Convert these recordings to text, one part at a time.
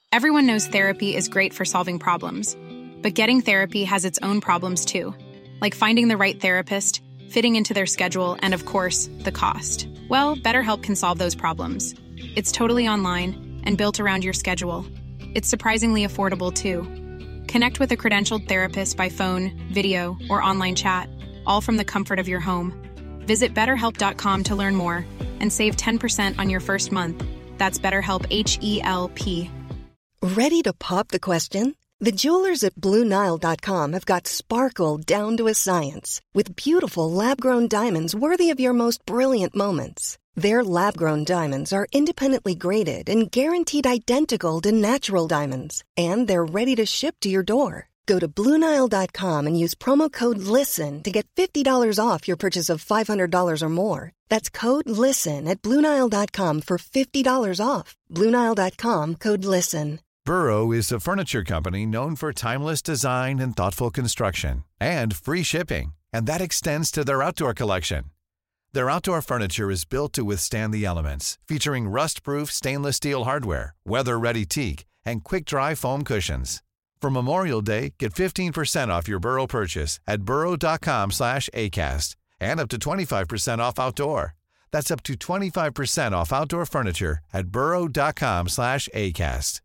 Everyone knows therapy is great for solving problems, but getting therapy has its own problems too, like finding the right therapist, fitting into their schedule, and of course, the cost. Well, BetterHelp can solve those problems. It's totally online and built around your schedule. It's surprisingly affordable too. Connect with a credentialed therapist by phone, video, or online chat, all from the comfort of your home. Visit BetterHelp.com to learn more and save 10% on your first month. That's BetterHelp, H-E-L-P. Ready to pop the question? The jewelers at BlueNile.com have got sparkle down to a science with beautiful lab-grown diamonds worthy of your most brilliant moments. Their lab-grown diamonds are independently graded and guaranteed identical to natural diamonds, and they're ready to ship to your door. Go to BlueNile.com and use promo code LISTEN to get $50 off your purchase of $500 or more. That's code LISTEN at BlueNile.com for $50 off. BlueNile.com, code LISTEN. Burrow is a furniture company known for timeless design and thoughtful construction, and free shipping, and that extends to their outdoor collection. Their outdoor furniture is built to withstand the elements, featuring rust-proof stainless steel hardware, weather-ready teak, and quick-dry foam cushions. For Memorial Day, get 15% off your Burrow purchase at burrow.com/ACAST and up to 25% off outdoor. That's up to 25% off outdoor furniture at burrow.com/ACAST.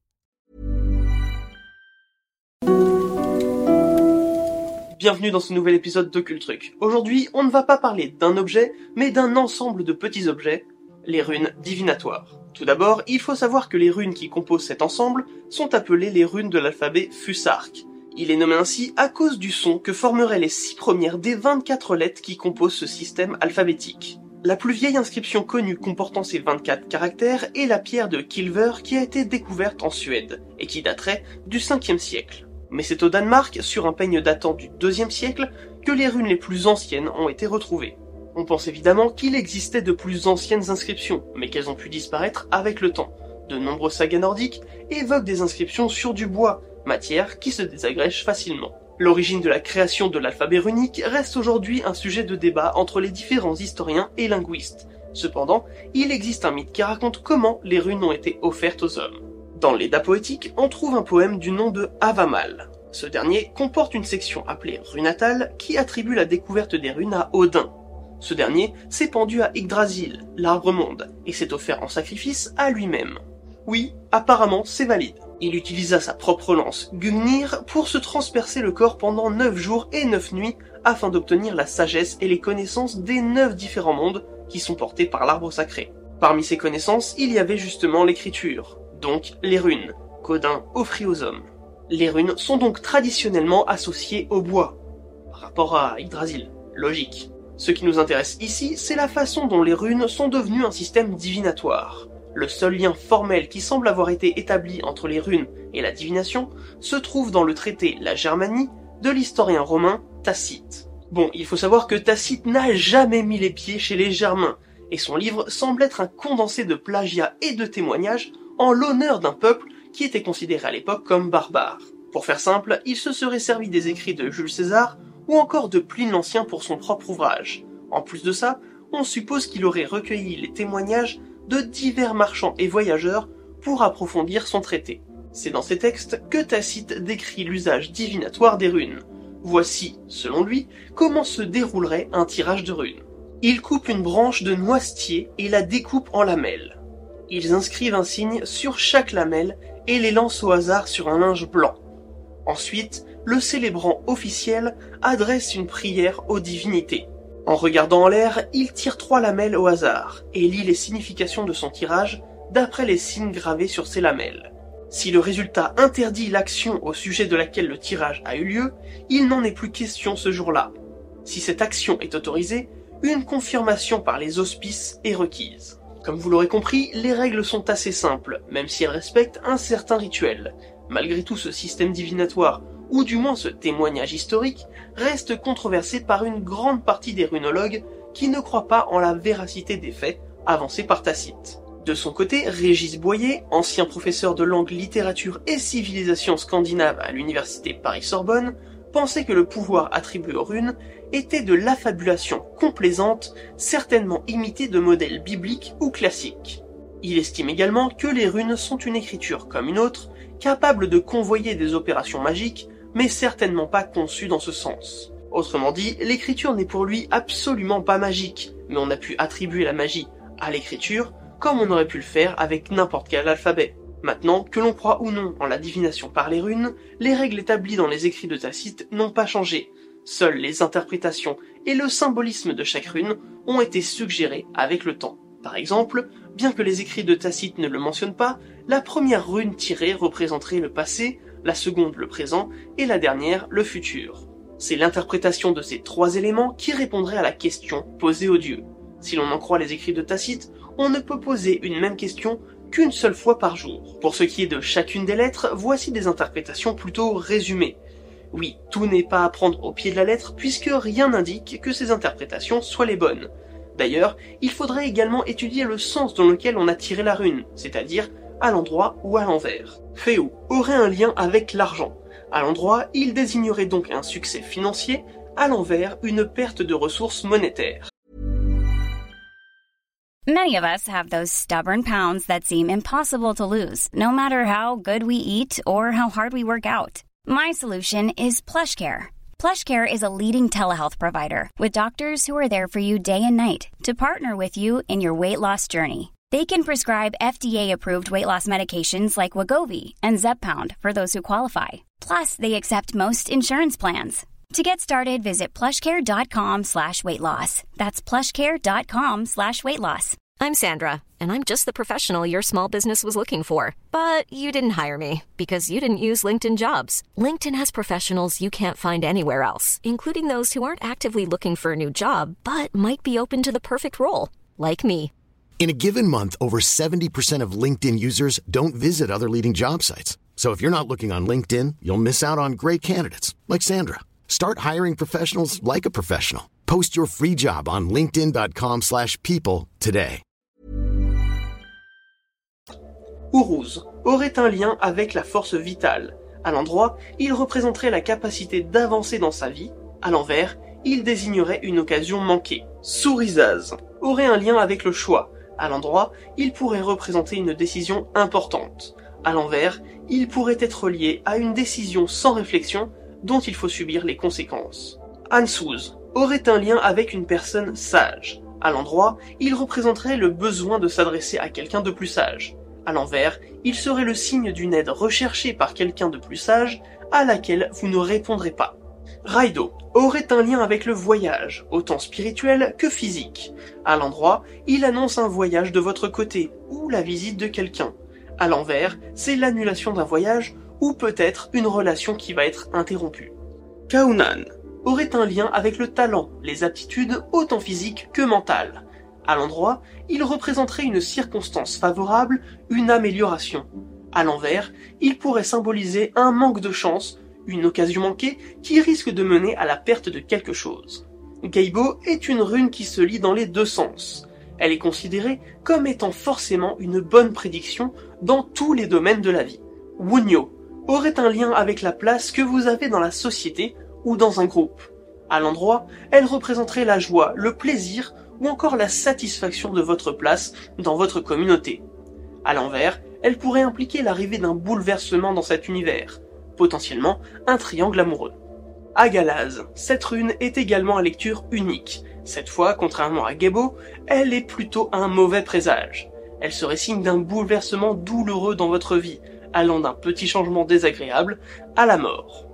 Bienvenue dans ce nouvel épisode d'Occultruc. Aujourd'hui, on ne va pas parler d'un objet, mais d'un ensemble de petits objets, les runes divinatoires. Tout d'abord, il faut savoir que les runes qui composent cet ensemble sont appelées les runes de l'alphabet Fusark. Il est nommé ainsi à cause du son que formeraient les 6 premières des 24 lettres qui composent ce système alphabétique. La plus vieille inscription connue comportant ces 24 caractères est la pierre de Kilver qui a été découverte en Suède, et qui daterait du 5e siècle. Mais c'est au Danemark, sur un peigne datant du 2e siècle, que les runes les plus anciennes ont été retrouvées. On pense évidemment qu'il existait de plus anciennes inscriptions, mais qu'elles ont pu disparaître avec le temps. De nombreuses sagas nordiques évoquent des inscriptions sur du bois, matière qui se désagrège facilement. L'origine de la création de l'alphabet runique reste aujourd'hui un sujet de débat entre les différents historiens et linguistes. Cependant, il existe un mythe qui raconte comment les runes ont été offertes aux hommes. Dans l'Edda poétique, on trouve un poème du nom de Havamal. Ce dernier comporte une section appelée Runatal qui attribue la découverte des runes à Odin. Ce dernier s'est pendu à Yggdrasil, l'arbre-monde, et s'est offert en sacrifice à lui-même. Oui, apparemment c'est valide. Il utilisa sa propre lance, Gungnir, pour se transpercer le corps pendant 9 jours et 9 nuits afin d'obtenir la sagesse et les connaissances des 9 différents mondes qui sont portés par l'arbre sacré. Parmi ces connaissances, il y avait justement l'écriture, donc les runes, qu'Odin offrit aux hommes. Les runes sont donc traditionnellement associées au bois, par rapport à Yggdrasil, logique. Ce qui nous intéresse ici, c'est la façon dont les runes sont devenues un système divinatoire. Le seul lien formel qui semble avoir été établi entre les runes et la divination se trouve dans le traité La Germanie de l'historien romain Tacite. Bon, il faut savoir que Tacite n'a jamais mis les pieds chez les Germains, et son livre semble être un condensé de plagiat et de témoignages en l'honneur d'un peuple qui était considéré à l'époque comme barbare. Pour faire simple, il se serait servi des écrits de Jules César ou encore de Pline l'Ancien pour son propre ouvrage. En plus de ça, on suppose qu'il aurait recueilli les témoignages de divers marchands et voyageurs pour approfondir son traité. C'est dans ces textes que Tacite décrit l'usage divinatoire des runes. Voici, selon lui, comment se déroulerait un tirage de runes. Ils coupent une branche de noisetier et la découpent en lamelles. Ils inscrivent un signe sur chaque lamelle et les lancent au hasard sur un linge blanc. Ensuite, le célébrant officiel adresse une prière aux divinités. En regardant en l'air, il tire 3 lamelles au hasard et lit les significations de son tirage d'après les signes gravés sur ces lamelles. Si le résultat interdit l'action au sujet de laquelle le tirage a eu lieu, il n'en est plus question ce jour-là. Si cette action est autorisée, une confirmation par les auspices est requise. Comme vous l'aurez compris, les règles sont assez simples, même si elles respectent un certain rituel. Malgré tout, ce système divinatoire, ou du moins ce témoignage historique, reste controversé par une grande partie des runologues qui ne croient pas en la véracité des faits avancés par Tacite. De son côté, Régis Boyer, ancien professeur de langue, littérature et civilisation scandinave à l'université Paris-Sorbonne, pensait que le pouvoir attribué aux runes était de l'affabulation complaisante, certainement imitée de modèles bibliques ou classiques. Il estime également que les runes sont une écriture comme une autre, capable de convoyer des opérations magiques, mais certainement pas conçue dans ce sens. Autrement dit, l'écriture n'est pour lui absolument pas magique, mais on a pu attribuer la magie à l'écriture, comme on aurait pu le faire avec n'importe quel alphabet. Maintenant, que l'on croit ou non en la divination par les runes, les règles établies dans les écrits de Tacite n'ont pas changé. Seules les interprétations et le symbolisme de chaque rune ont été suggérés avec le temps. Par exemple, bien que les écrits de Tacite ne le mentionnent pas, la première rune tirée représenterait le passé, la seconde le présent et la dernière le futur. C'est l'interprétation de ces trois éléments qui répondrait à la question posée aux dieux. Si l'on en croit les écrits de Tacite, on ne peut poser une même question qu'une seule fois par jour. Pour ce qui est de chacune des lettres, voici des interprétations plutôt résumées. Oui, tout n'est pas à prendre au pied de la lettre puisque rien n'indique que ces interprétations soient les bonnes. D'ailleurs, il faudrait également étudier le sens dans lequel on a tiré la rune, c'est-à-dire à l'endroit ou à l'envers. Féou aurait un lien avec l'argent. À l'endroit, il désignerait donc un succès financier, à l'envers, une perte de ressources monétaires. Many of us have those stubborn pounds that seem impossible to lose, no matter how good we eat or how hard we work out. My solution is PlushCare. PlushCare is a leading telehealth provider with doctors who are there for you day and night to partner with you in your weight loss journey. They can prescribe FDA-approved weight loss medications like Wegovy and Zepbound for those who qualify. Plus, they accept most insurance plans. To get started, visit plushcare.com/weightloss. That's plushcare.com/weightloss. I'm Sandra, and I'm just the professional your small business was looking for. But you didn't hire me because you didn't use LinkedIn Jobs. LinkedIn has professionals you can't find anywhere else, including those who aren't actively looking for a new job, but might be open to the perfect role, like me. In a given month, over 70% of LinkedIn users don't visit other leading job sites. So if you're not looking on LinkedIn, you'll miss out on great candidates, like Sandra. Start hiring professionals like a professional. Post your free job on linkedin.com/people today. Uruz aurait un lien avec la force vitale. À l'endroit, il représenterait la capacité d'avancer dans sa vie. À l'envers, il désignerait une occasion manquée. Sourizaz aurait un lien avec le choix. À l'endroit, il pourrait représenter une décision importante. À l'envers, il pourrait être lié à une décision sans réflexion dont il faut subir les conséquences. Ansuz aurait un lien avec une personne sage. À l'endroit, il représenterait le besoin de s'adresser à quelqu'un de plus sage. À l'envers, il serait le signe d'une aide recherchée par quelqu'un de plus sage à laquelle vous ne répondrez pas. Raido aurait un lien avec le voyage, autant spirituel que physique. À l'endroit, il annonce un voyage de votre côté ou la visite de quelqu'un. À l'envers, c'est l'annulation d'un voyage ou peut-être une relation qui va être interrompue. Kaunan aurait un lien avec le talent, les aptitudes autant physiques que mentales. À l'endroit, il représenterait une circonstance favorable, une amélioration. À l'envers, il pourrait symboliser un manque de chance, une occasion manquée qui risque de mener à la perte de quelque chose. Geibo est une rune qui se lit dans les deux sens. Elle est considérée comme étant forcément une bonne prédiction dans tous les domaines de la vie. Wunyo aurait un lien avec la place que vous avez dans la société ou dans un groupe. À l'endroit, elle représenterait la joie, le plaisir ou encore la satisfaction de votre place dans votre communauté. À l'envers, elle pourrait impliquer l'arrivée d'un bouleversement dans cet univers, potentiellement un triangle amoureux. Agalaz, cette rune est également à lecture unique. Cette fois, contrairement à Geibo, elle est plutôt un mauvais présage. Elle serait signe d'un bouleversement douloureux dans votre vie, allant d'un petit changement désagréable à la mort.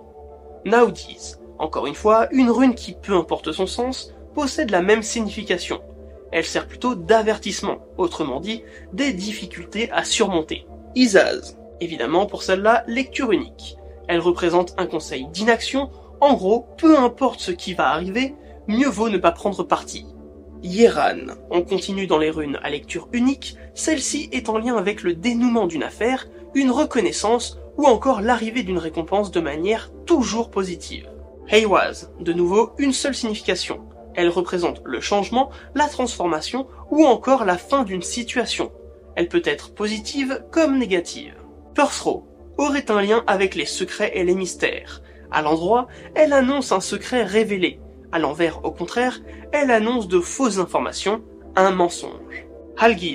Naudiz, encore une fois, une rune qui, peu importe son sens, possède la même signification. Elle sert plutôt d'avertissement, autrement dit, des difficultés à surmonter. Izaz, évidemment pour celle-là, lecture unique. Elle représente un conseil d'inaction, en gros, peu importe ce qui va arriver, mieux vaut ne pas prendre parti. Yeran, on continue dans les runes à lecture unique, celle-ci est en lien avec le dénouement d'une affaire, une reconnaissance ou encore l'arrivée d'une récompense de manière toujours positive. Heiwaz, de nouveau une seule signification. Elle représente le changement, la transformation ou encore la fin d'une situation. Elle peut être positive comme négative. Pursro aurait un lien avec les secrets et les mystères. À l'endroit, elle annonce un secret révélé. À l'envers, au contraire, elle annonce de fausses informations, un mensonge. Halgiz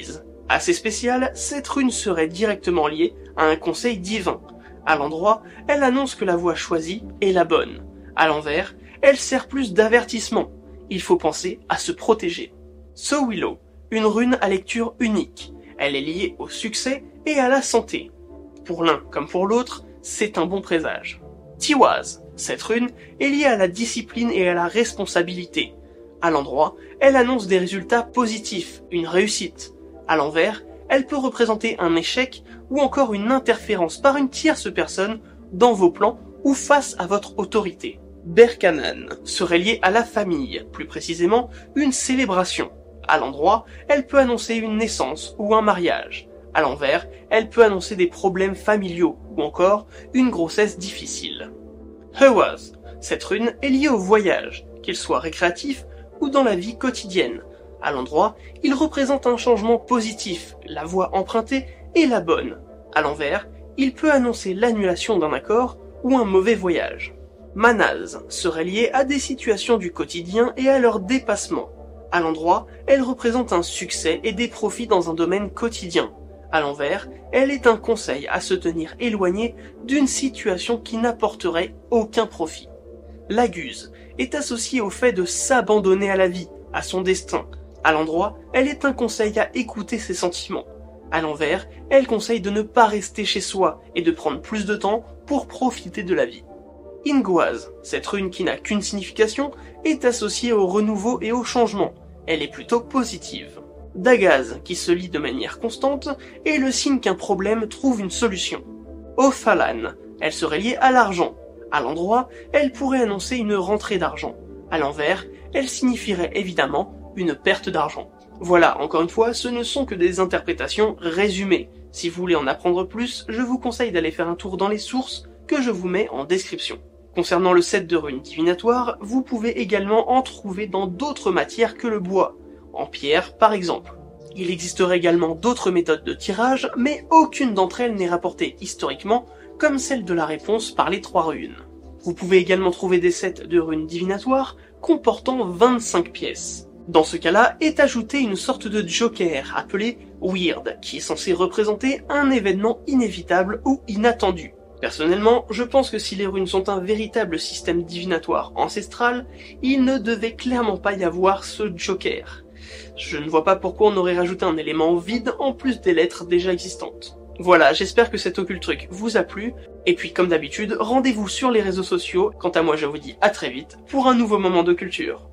Assez spéciale, cette rune serait directement liée à un conseil divin. À l'endroit, elle annonce que la voie choisie est la bonne. À l'envers, elle sert plus d'avertissement. Il faut penser à se protéger. Sowilo, une rune à lecture unique. Elle est liée au succès et à la santé. Pour l'un comme pour l'autre, c'est un bon présage. Tiwaz, cette rune est liée à la discipline et à la responsabilité. À l'endroit, elle annonce des résultats positifs, une réussite. À l'envers, elle peut représenter un échec ou encore une interférence par une tierce personne dans vos plans ou face à votre autorité. Berkanan serait liée à la famille, plus précisément une célébration. À l'endroit, elle peut annoncer une naissance ou un mariage. À l'envers, elle peut annoncer des problèmes familiaux ou encore une grossesse difficile. Hewaz, cette rune est liée au voyage, qu'il soit récréatif ou dans la vie quotidienne. À l'endroit, il représente un changement positif, la voie empruntée est la bonne. À l'envers, il peut annoncer l'annulation d'un accord ou un mauvais voyage. Manaz serait liée à des situations du quotidien et à leur dépassement. À l'endroit, elle représente un succès et des profits dans un domaine quotidien. À l'envers, elle est un conseil à se tenir éloigné d'une situation qui n'apporterait aucun profit. L'aguse est associée au fait de s'abandonner à la vie, à son destin. À l'endroit, elle est un conseil à écouter ses sentiments. À l'envers, elle conseille de ne pas rester chez soi et de prendre plus de temps pour profiter de la vie. Ingwaz, cette rune qui n'a qu'une signification, est associée au renouveau et au changement. Elle est plutôt positive. Dagaz, qui se lit de manière constante, est le signe qu'un problème trouve une solution. Ophalan, elle serait liée à l'argent. À l'endroit, elle pourrait annoncer une rentrée d'argent. À l'envers, elle signifierait évidemment une perte d'argent. Voilà, encore une fois, ce ne sont que des interprétations résumées. Si vous voulez en apprendre plus, je vous conseille d'aller faire un tour dans les sources que je vous mets en description. Concernant le set de runes divinatoires, vous pouvez également en trouver dans d'autres matières que le bois, en pierre par exemple. Il existerait également d'autres méthodes de tirage, mais aucune d'entre elles n'est rapportée historiquement comme celle de la réponse par les 3 runes. Vous pouvez également trouver des sets de runes divinatoires comportant 25 pièces. Dans ce cas-là, est ajouté une sorte de joker appelé Weird, qui est censé représenter un événement inévitable ou inattendu. Personnellement, je pense que si les runes sont un véritable système divinatoire ancestral, il ne devait clairement pas y avoir ce joker. Je ne vois pas pourquoi on aurait rajouté un élément vide en plus des lettres déjà existantes. Voilà, j'espère que cet Ocult Truc vous a plu, et puis comme d'habitude, rendez-vous sur les réseaux sociaux. Quant à moi, je vous dis à très vite pour un nouveau moment de culture.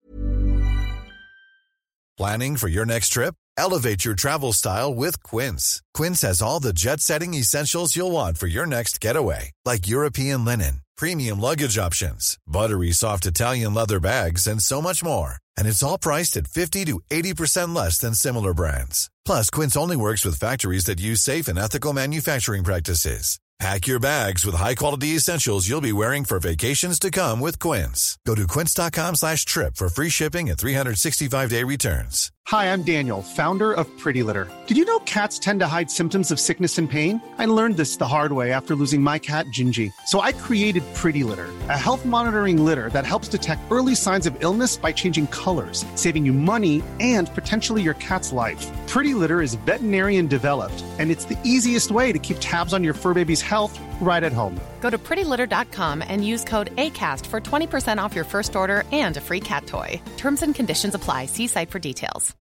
Planning for your next trip? Elevate your travel style with Quince. Quince has all the jet-setting essentials you'll want for your next getaway, like European linen, premium luggage options, buttery soft Italian leather bags, and so much more. And it's all priced at 50 to 80% less than similar brands. Plus, Quince only works with factories that use safe and ethical manufacturing practices. Pack your bags with high-quality essentials you'll be wearing for vacations to come with Quince. Go to quince.com/trip for free shipping and 365-day returns. Hi, I'm Daniel, founder of Pretty Litter. Did you know cats tend to hide symptoms of sickness and pain? I learned this the hard way after losing my cat, Gingy. So I created Pretty Litter, a health monitoring litter that helps detect early signs of illness by changing colors, saving you money and potentially your cat's life. Pretty Litter is veterinarian developed, and it's the easiest way to keep tabs on your fur baby's health right at home. Go to prettylitter.com and use code ACAST for 20% off your first order and a free cat toy. Terms and conditions apply. See site for details.